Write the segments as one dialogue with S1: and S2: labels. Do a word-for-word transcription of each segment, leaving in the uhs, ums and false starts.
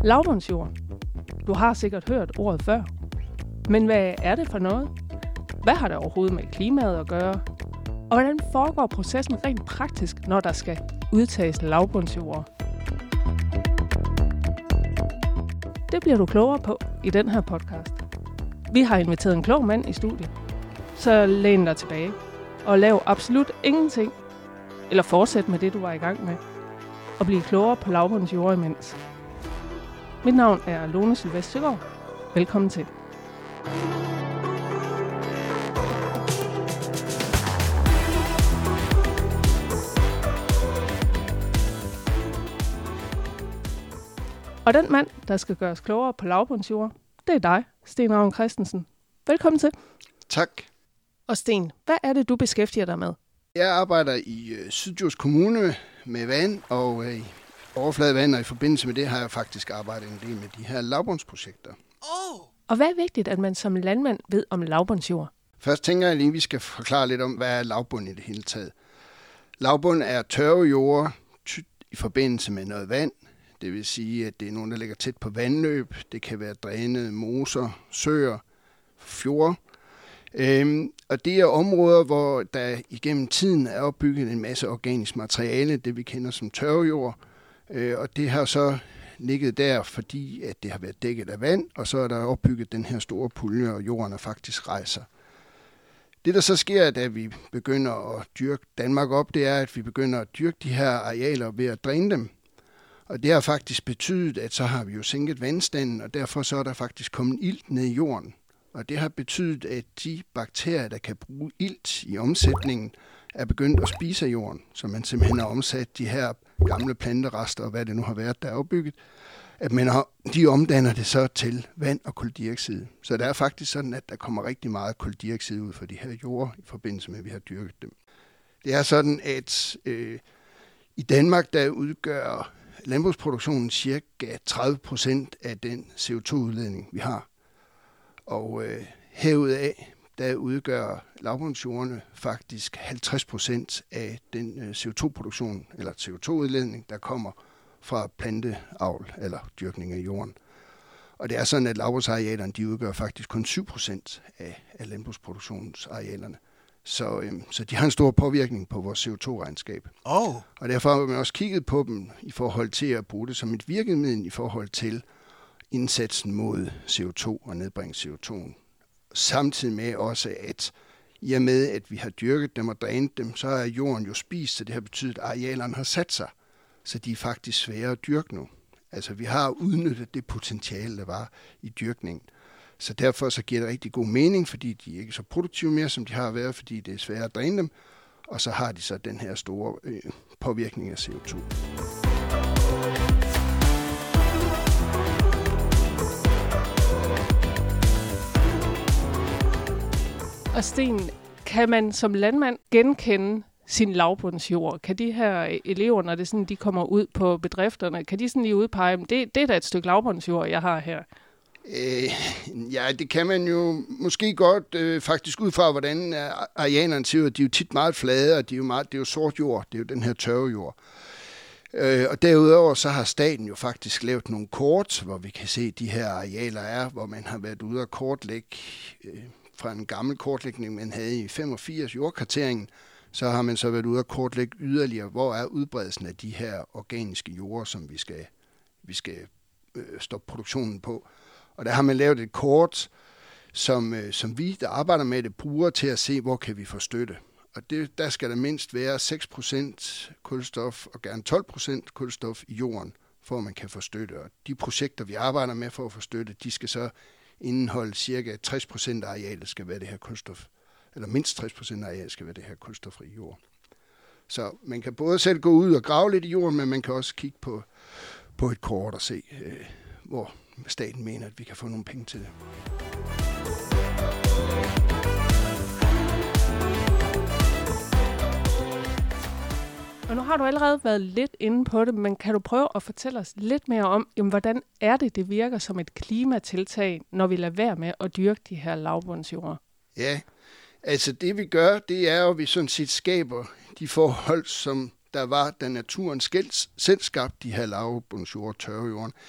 S1: Lavbundsjord. Du har sikkert hørt ordet før. Men hvad er det for noget? Hvad har det overhovedet med klimaet at gøre? Og hvordan foregår processen rent praktisk, når der skal udtages lavbundsjord? Det bliver du klogere på i den her podcast. Vi har inviteret en klog mand i studiet. Så læn dig tilbage og lav absolut ingenting. Eller fortsæt med det, du var i gang med. Og bliv klogere på lavbundsjord imens. Mit navn er Lone Sylvest Søgaard. Velkommen til. Og den mand, der skal gøre os klogere på lavbundsjord, det er dig, Sten Ravn Christensen. Velkommen til.
S2: Tak.
S1: Og Sten, hvad er det, du beskæftiger dig med?
S2: Jeg arbejder i øh, Syddjurs Kommune med vand og øh, overfladevand, og i forbindelse med det har jeg faktisk arbejdet en del med de her lavbundsprojekter.
S1: Oh. Og hvad er vigtigt, at man som landmand ved om lavbundsjord?
S2: Først tænker jeg lige, at vi skal forklare lidt om, hvad er lavbund i det hele taget. Lavbund er tørre jorder i forbindelse med noget vand. Det vil sige, at det er nogen, der ligger tæt på vandløb. Det kan være drænede moser, søer, fjorde. Øhm, og det er områder, hvor der igennem tiden er opbygget en masse organisk materiale, det vi kender som tørvejord. Øh, og det har så ligget der, fordi at det har været dækket af vand, og så er der opbygget den her store pulje, og jorden faktisk rejser. Det, der så sker, da vi begynder at dyrke Danmark op, det er, at vi begynder at dyrke de her arealer ved at dræne dem. Og det har faktisk betydet, at så har vi jo sænket vandstanden, og derfor så er der faktisk kommet ilt ned i jorden. Og det har betydet, at de bakterier, der kan bruge ilt i omsætningen, er begyndt at spise af jorden. Så man simpelthen har omsat de her gamle planterester, og hvad det nu har været, der er opbygget, at man har, de omdanner det så til vand og kuldioxid. Så det er faktisk sådan, at der kommer rigtig meget kuldioxid ud fra de her jorder, i forbindelse med, at vi har dyrket dem. Det er sådan, at øh, i Danmark, der udgør landbrugsproduktionen cirka tredive procent af den C O to udledning, vi har. Og øh, herudaf, der udgør lavbundsjordene faktisk halvtreds procent af den øh, C O to produktion, eller C O to udledning, der kommer fra planteavl eller dyrkning af jorden. Og det er sådan, at lavbundsarealerne, de udgør faktisk kun syv procent af, af landbrugsproduktionsarealerne. Så, øh, så de har en stor påvirkning på vores C O to regnskab.
S3: Oh.
S2: Og derfor har man også kigget på dem i forhold til at bruge det som et virkemiddel i forhold til indsatsen mod C O to og nedbringe C O to'en. Samtidig med også, at i og med, at vi har dyrket dem og drænet dem, så er jorden jo spist, så det har betydet, at arealerne har sat sig. Så de er faktisk svære at dyrke nu. Altså vi har udnyttet det potentiale, der var i dyrkningen. Så derfor så giver det rigtig god mening, fordi de er ikke så produktive mere, som de har været, fordi det er svært at dræne dem. Og så har de så den her store øh, påvirkning af C O to.
S1: Og Sten, kan man som landmand genkende sin lavbundsjord? Kan de her elever, når det sådan, de kommer ud på bedrifterne, kan de sådan lige udpege, det, det er da et stykke lavbundsjord, jeg har her?
S2: Øh, ja, det kan man jo måske godt øh, faktisk ud fra, hvordan arealerne ser ud. De er jo tit meget flade, og de er jo meget, det er jo sort jord, det er jo den her tørre jord. Øh, og derudover så har staten jo faktisk lavet nogle kort, hvor vi kan se, at de her arealer er, hvor man har været ude og kortlægge øh, fra en gammel kortlægning, man havde i femogfirs jordkarteringen, så har man så været ude og kortlægge yderligere, hvor er udbredelsen af de her organiske jorder, som vi skal, vi skal øh, stoppe produktionen på. Og der har man lavet et kort, som, øh, som vi, der arbejder med det, bruger til at se, hvor kan vi få støtte. Og det, der skal der mindst være seks procent kulstof og gerne tolv procent kulstof i jorden, for at man kan få støtte. Og de projekter, vi arbejder med for at få støtte, de skal så indeholde cirka tres procent af arealet skal være det her kulstof, eller mindst tres procent af arealet skal være det her kulstoffri jord. Så man kan både selv gå ud og grave lidt i jorden, men man kan også kigge på, på et kort og se, øh, hvor staten mener, at vi kan få nogle penge til det.
S1: Og nu har du allerede været lidt inde på det, men kan du prøve at fortælle os lidt mere om, jamen, hvordan er det, det virker som et klimatiltag, når vi lader være med at dyrke de her lavbundsjorder?
S2: Ja, altså det vi gør, det er jo, at vi sådan set skaber de forhold, som der var, da naturen selv skabte de her lavbundsjorder, tørvejorden.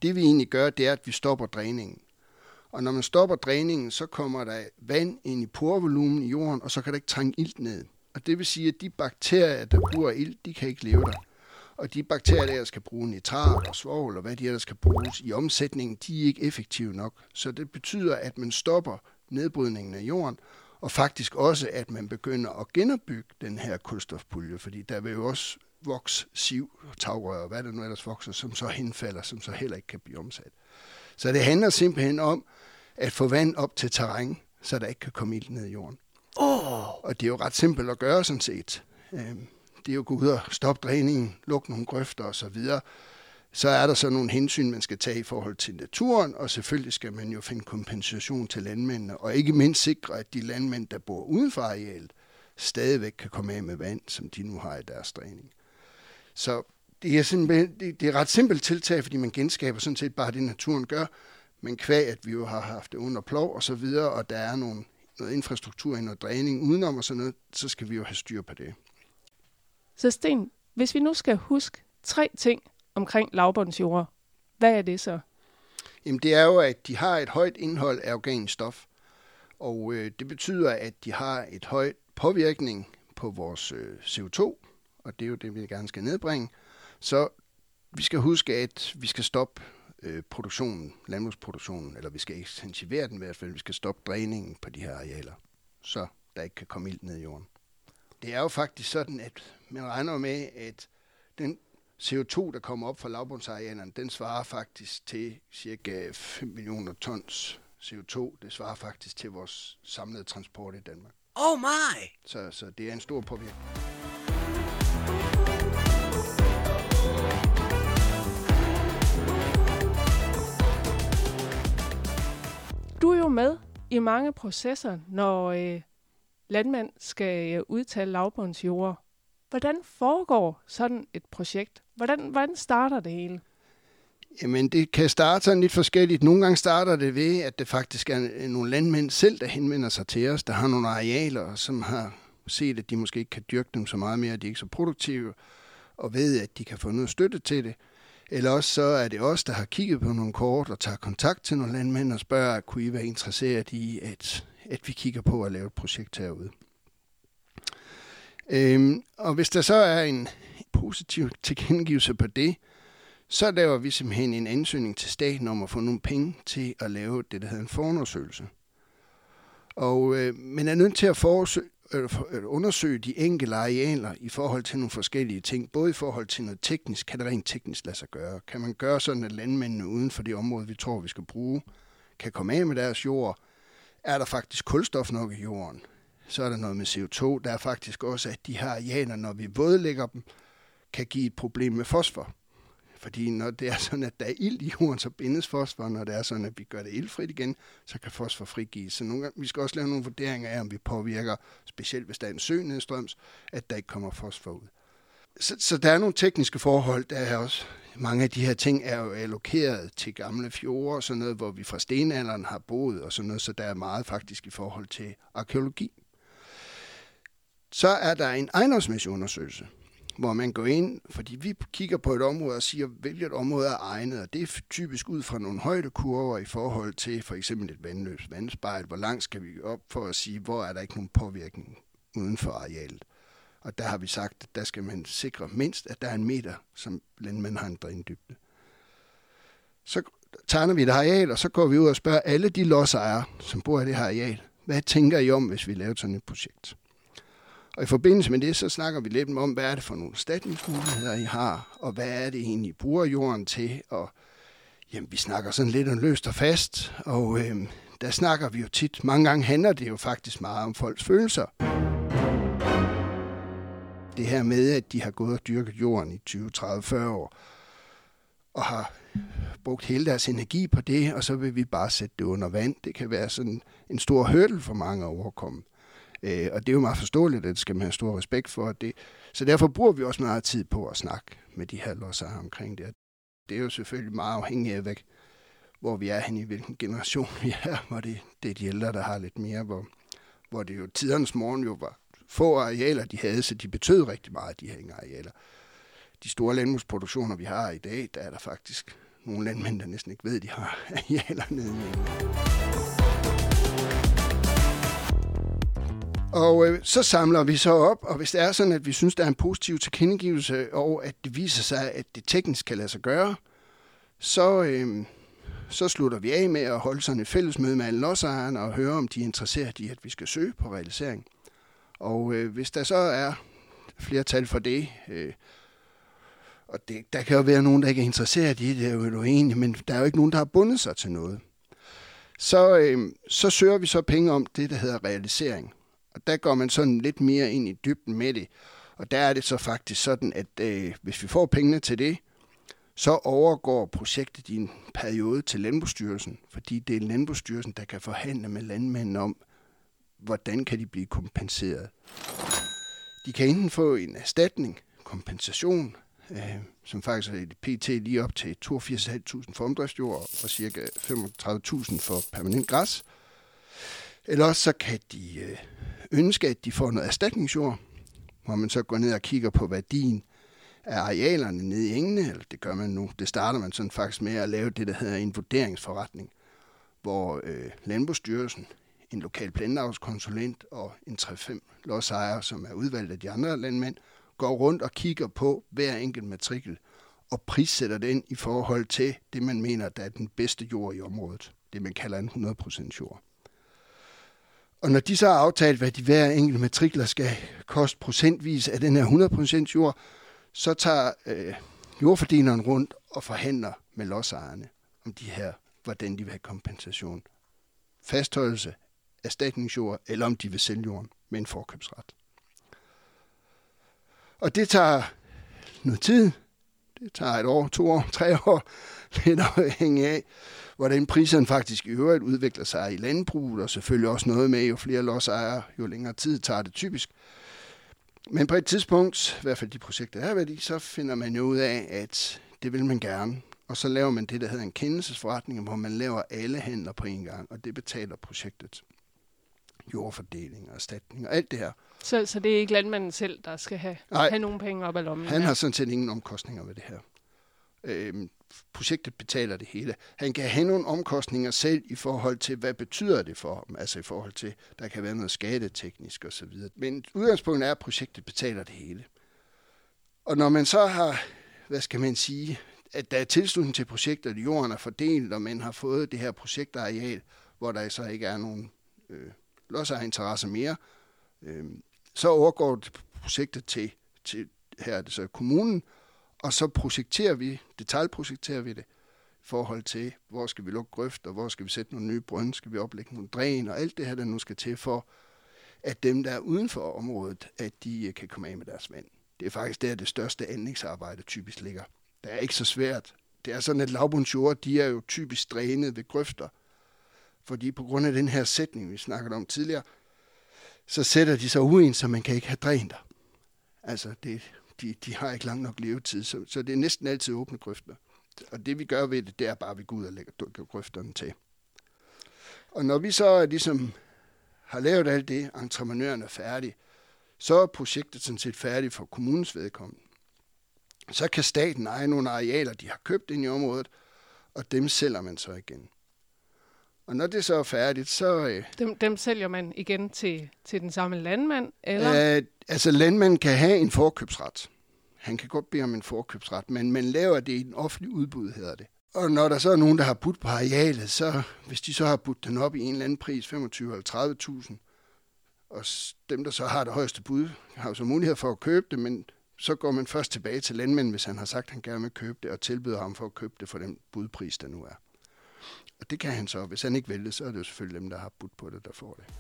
S2: det vi egentlig gør, det er, at vi stopper dræningen. Og når man stopper dræningen, så kommer der vand ind i porevolumen i jorden, og så kan der ikke trænge ilt ned. Og det vil sige, at de bakterier, der bruger ilt, de kan ikke leve der. Og de bakterier, der skal bruge nitrat og svovl, og hvad de ellers skal bruges i omsætningen, de er ikke effektive nok. Så det betyder, at man stopper nedbrydningen af jorden, og faktisk også, at man begynder at genopbygge den her kulstofpulje, fordi der vil jo også vokse siv, tagrør og hvad der nu ellers vokser, som så henfalder, som så heller ikke kan blive omsat. Så det handler simpelthen om at få vand op til terræn, så der ikke kan komme ild ned i jorden. Oh. Og det er jo ret simpelt at gøre sådan set. Det er jo at gå ud og stoppe dræningen, lukke nogle grøfter osv. Så er der så nogle hensyn, man skal tage i forhold til naturen, og selvfølgelig skal man jo finde kompensation til landmændene, og ikke mindst sikre, at de landmænd, der bor uden for arealet, stadigvæk kan komme af med vand, som de nu har i deres dræning. Så det er, simpelthen, det, det er ret simpelt tiltag, fordi man genskaber sådan set bare det, naturen gør, men kvæg, at vi jo har haft det under plov og så videre, og der er nogle, noget infrastruktur i noget dræning udenom og sådan noget, så skal vi jo have styr på det.
S1: Så Sten, hvis vi nu skal huske tre ting omkring lavbundsjorder, hvad er det så?
S2: Jamen det er jo, at de har et højt indhold af organisk stof, og øh, det betyder, at de har et højt påvirkning på vores øh, C O to, og det er jo det, vi gerne skal nedbringe. Så vi skal huske, at vi skal stoppe øh, produktionen, landbrugsproduktionen, eller vi skal intensivere den i hvert fald, vi skal stoppe dræningen på de her arealer, så der ikke kan komme ilt ned i jorden. Det er jo faktisk sådan, at man regner med, at den C O to, der kommer op fra lavbundsarealerne, den svarer faktisk til cirka fem millioner tons C O to. Det svarer faktisk til vores samlede transport i Danmark.
S3: Oh my!
S2: Så, så det er en stor påvirkning.
S1: Du er jo med i mange processer, når øh, landmænd skal øh, udtage lavbundsjorder. Hvordan foregår sådan et projekt? Hvordan, hvordan starter det hele?
S2: Jamen, det kan starte sådan lidt forskelligt. Nogle gange starter det ved, at det faktisk er nogle landmænd selv, der henvender sig til os, der har nogle arealer, som har set, at de måske ikke kan dyrke dem så meget mere, at de ikke er så produktive, og ved, at de kan få noget støtte til det. Eller også så er det os, der har kigget på nogle kort og tager kontakt til nogle landmænd og spørger, kunne I være interesseret i, at, at vi kigger på at lave et projekt herude. Øhm, og hvis der så er en positiv tilkendegivelse på det, så laver vi simpelthen en ansøgning til staten om at få nogle penge til at lave det, der hedder en forundersøgelse. Og øh, man er nødt til at forsøge, øh, undersøge de enkelte arealer i forhold til nogle forskellige ting. Både i forhold til noget teknisk, kan det rent teknisk lade sig gøre. Kan man gøre sådan, at landmændene uden for det område, vi tror, vi skal bruge, kan komme af med deres jord? Er der faktisk kulstof nok i jorden? Så er der noget med C O to. Der er faktisk også, at de her arealer, når vi vådlægger dem, kan give et problem med fosfor. Fordi når det er sådan, at der er ilt i jorden, så bindes fosfor. Når det er sådan, at vi gør det iltfrit igen, så kan fosfor frigives. Så nogle gange, vi skal også lave nogle vurderinger af, om vi påvirker, specielt hvis der er en sø nedstrøms, at der ikke kommer fosfor ud. Så, så der er nogle tekniske forhold. Der er også, mange af de her ting er jo allokeret til gamle fjorde og sådan noget, hvor vi fra stenalderen har boet og sådan noget, så der er meget faktisk i forhold til arkæologi. Så er der en ejendomsmæssig undersøgelse, hvor man går ind, fordi vi kigger på et område og siger, hvilket område er egnet, og det er typisk ud fra nogle højdekurver i forhold til for eksempel et vandløbs vandspejl. Hvor langt skal vi op for at sige, hvor er der ikke nogen påvirkning uden for arealet. Og der har vi sagt, at der skal man sikre mindst, at der er en meter, som landmænd har en drindybde. Så tegner vi et areal, og så går vi ud og spørger alle de lodsejere, som bor i det her areal, hvad tænker I om, hvis vi laver sådan et projekt? Og i forbindelse med det, så snakker vi lidt om, hvad er det for nogle erstatningsmuligheder, I har, og hvad er det egentlig, I bruger jorden til, og jamen, vi snakker sådan lidt om løst og fast, og øh, der snakker vi jo tit, mange gange handler det jo faktisk meget om folks følelser. Det her med, at de har gået og dyrket jorden i tyve, tredive, fyrre år, og har brugt hele deres energi på det, og så vil vi bare sætte det under vand. Det kan være sådan en stor hurdle for mange at overkomme. Øh, og det er jo meget forståeligt, at det skal man have stor respekt for. Det. Så derfor bruger vi også meget tid på at snakke med de her lodsejere omkring det. Det er jo selvfølgelig meget afhængigt af, hvor vi er hen i hvilken generation vi er, hvor det, det er de ældre, der har lidt mere, hvor, hvor det jo tidernes morgen jo var få arealer, de havde, så de betød rigtig meget, de her arealer. De store landbrugsproduktioner, vi har i dag, der er der faktisk nogle landmænd, der næsten ikke ved, de har arealer nede i. Og øh, så samler vi så op, og hvis det er sådan, at vi synes, der er en positiv tilkendegivelse, og at det viser sig, at det teknisk kan lade sig gøre, så, øh, så slutter vi af med at holde sådan et fællesmøde med alle lodsejerne og høre, om de er interesseret i, at vi skal søge på realisering. Og øh, hvis der så er flertal for det, øh, og det, der kan jo være nogen, der ikke er interesseret i det, det er jo uenigt, men der er jo ikke nogen, der har bundet sig til noget. Så, øh, så søger vi så penge om det, der hedder realisering. Og der går man sådan lidt mere ind i dybden med det. Og der er det så faktisk sådan, at øh, hvis vi får pengene til det, så overgår projektet i en periode til Landbrugsstyrelsen, fordi det er Landbrugsstyrelsen, der kan forhandle med landmændene om, hvordan kan de blive kompenseret. De kan enten få en erstatning, kompensation, øh, som faktisk er et P T lige op til toogfirs tusind fem hundrede for omdriftsjord og ca. femogtredive tusind for permanent græs. Eller også så kan de øh, ønske, at de får noget erstatningsjord, hvor man så går ned og kigger på værdien af arealerne nede i engene, eller det gør man nu. Det starter man sådan faktisk med at lave det, der hedder en vurderingsforretning, hvor øh, Landbrugsstyrelsen, en lokal planavlskonsulent og en tre fem lodsejere, som er udvalgt af de andre landmænd, går rundt og kigger på hver enkelt matrikel og prissætter den i forhold til det, man mener, der er den bedste jord i området. Det, man kalder en hundrede procent jord. Og når de så har aftalt, hvad de hver enkelt matrikler skal koste procentvis af den her hundrede procent jord, så tager øh, jordfordeleren rundt og forhandler med lodsejerne om de her, hvordan de vil have kompensation. Fastholdelse, erstatningsjord, eller om de vil sælge jorden med en forkøbsret. Og det tager noget tid. Det tager et år, to år, tre år, lidt afhængig af, hvordan priserne faktisk i øvrigt udvikler sig i landbruget, og selvfølgelig også noget med, jo flere lodsejere, jo længere tid tager det typisk. Men på et tidspunkt, i hvert fald de projekter, der er været i, så finder man jo ud af, at det vil man gerne. Og så laver man det, der hedder en kendelsesforretning, hvor man laver alle handler på en gang, og det betaler projektet. Jordfordeling og erstatning og alt det her.
S1: Så, så det er ikke landmanden selv, der skal have, have nogle penge op ad lommen?
S2: Han har sådan set ingen omkostninger ved det her. Øhm, projektet betaler det hele. Han kan have nogle omkostninger selv i forhold til, hvad betyder det for ham, altså i forhold til, der kan være noget skadeteknisk osv. Men udgangspunktet er, at projektet betaler det hele. Og når man så har, hvad skal man sige, at der er tilslutning til projektet, jorden er fordelt, og man har fået det her projektareal, hvor der så ikke er nogen øh, lodsejerinteresser mere, øh, så overgår projektet til, til her er det så kommunen, og så projekterer vi, detaljprojekterer vi det i forhold til, hvor skal vi lukke grøfter, hvor skal vi sætte nogle nye brønde, skal vi oplægge nogle dræn, og alt det her, der nu skal til for, at dem, der er uden for området, at de kan komme af med deres vand. Det er faktisk der, det største anlægsarbejde typisk ligger. Det er ikke så svært. Det er sådan, at lavbundsjorde, de er jo typisk drænet ved grøfter, fordi på grund af den her sætning, vi snakkede om tidligere, så sætter de sig uens, så man kan ikke have dræn der. Altså, det, de, de har ikke lang nok levetid, så, så det er næsten altid åbne grøfter. Og det vi gør ved det, det er bare, at vi går ud og lægger grøfterne til. Og når vi så ligesom har lavet alt det, entreprenøren er færdig, så er projektet sådan set færdigt for kommunens vedkommende. Så kan staten eje nogle arealer, de har købt ind i området, og dem sælger man så igen. Og når det så er færdigt, så... Øh,
S1: dem, dem sælger man igen til, til den samme landmand, eller?
S2: Øh, altså, landmanden kan have en forkøbsret. Han kan godt bede om en forkøbsret, men man laver det i en offentlig udbud, hedder det. Og når der så er nogen, der har budt på arealet, så hvis de så har budt den op i en eller anden pris, femogtyve eller tredive tusind, og dem, der så har det højeste bud, har jo så mulighed for at købe det, men så går man først tilbage til landmanden, hvis han har sagt, at han gerne vil købe det, og tilbyder ham for at købe det for den budpris, der nu er. Og det kan han så. Hvis han ikke vil det, så er det jo selvfølgelig dem, der har budt på det, der får det.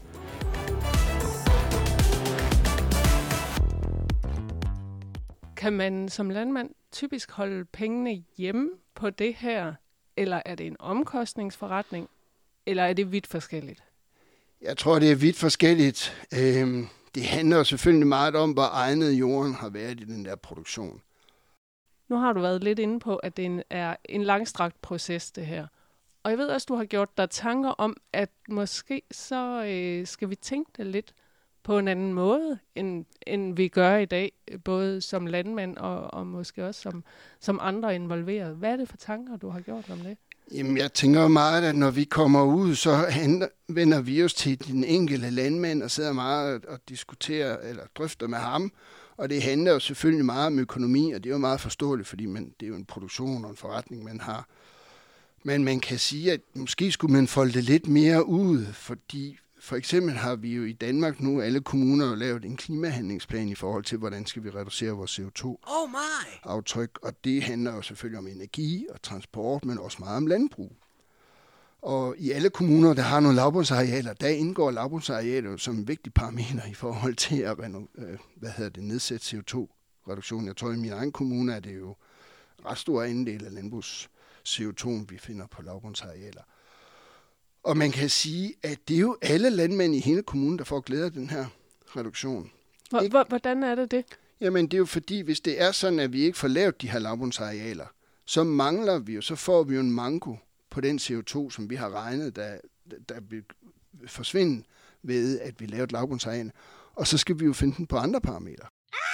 S1: Kan man som landmand typisk holde pengene hjemme på det her, eller er det en omkostningsforretning, eller er det vidt forskelligt?
S2: Jeg tror, det er vidt forskelligt. Øhm, det handler selvfølgelig meget om, hvor egnet jorden har været i den der produktion.
S1: Nu har du været lidt inde på, at det er en langstrakt proces, det her. Og jeg ved også, du har gjort dig tanker om, at måske så øh, skal vi tænke det lidt på en anden måde, end, end vi gør i dag, både som landmænd og, og måske også som, som andre involverede. Hvad er det for tanker, du har gjort om det?
S2: Jamen, jeg tænker meget, at når vi kommer ud, så vender vi os til den enkelte landmand og sidder meget og diskuterer eller drøfter med ham. Og det handler jo selvfølgelig meget om økonomi, og det er jo meget forståeligt, fordi man, det er jo en produktion og en forretning, man har. Men man kan sige, at måske skulle man folde det lidt mere ud, fordi for eksempel har vi jo i Danmark nu, alle kommuner har lavet en klimahandlingsplan i forhold til, hvordan skal vi reducere vores C O to aftryk. Og det handler jo selvfølgelig om energi og transport, men også meget om landbrug. Og i alle kommuner, der har nogle lavbundsarealer, der indgår lavbundsarealer som en vigtig parameter i forhold til at hvad hedder det, nedsætte C O to reduktion. Jeg tror, i min egen kommune er det jo ret stor andel af landbrugs C O to, vi finder på lavbundsarealer. Og man kan sige, at det er jo alle landmænd i hele kommunen, der får glæde af den her reduktion.
S1: Hvordan er det det?
S2: Jamen, det er jo fordi, hvis det er sådan, at vi ikke får lavet de her lavbundsarealer, så mangler vi jo, så får vi jo en manko på den C O to, som vi har regnet, der, der vil forsvinde ved, at vi laver et lavbundsareal. Og så skal vi jo finde den på andre parametre.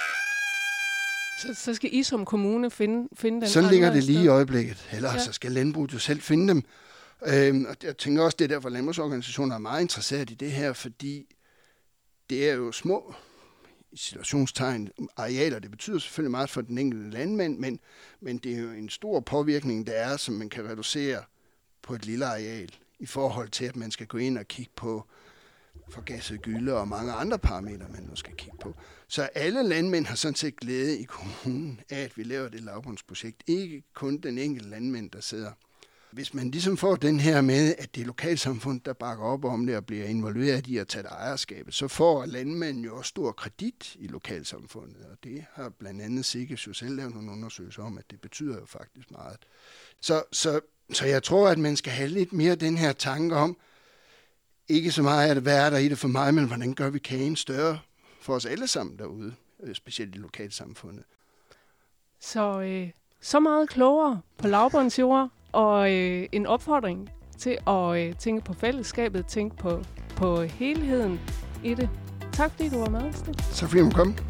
S1: Så, så skal I som kommune finde, finde den?
S2: Sådan ligger det lige i øjeblikket. Ellers ja. Så skal landbruget jo selv finde dem. Øhm, og jeg tænker også, det er derfor, at landbrugsorganisationer er meget interesseret i det her, fordi det er jo små i situationstegn arealer. Det betyder selvfølgelig meget for den enkelte landmand, men, men det er jo en stor påvirkning, der er, som man kan reducere på et lille areal, i forhold til, at man skal gå ind og kigge på forgasset gylde og mange andre parametre, man nu skal kigge på. Så alle landmænd har sådan set glæde i kommunen af, at vi laver det lavbundsprojekt. Ikke kun den enkelte landmænd, der sidder. Hvis man ligesom får den her med, at det er lokalsamfundet, der bakker op om det og bliver involveret i at tage ejerskabet, så får landmanden jo også stor kredit i lokalsamfundet. Og det har blandt andet Sikkes jo selv lavet nogle undersøgelser om, at det betyder jo faktisk meget. Så, så, så jeg tror, at man skal have lidt mere den her tanke om, ikke så meget, at hvad er der i det for mig, men hvordan gør vi kagen større for os alle sammen derude, specielt i lokalsamfundet.
S1: Så, øh, så meget klogere på lavbundsjord, og øh, en opfordring til at øh, tænke på fællesskabet, tænke på, på helheden i det. Tak fordi du var med, Sten.
S2: Så fordi du kom.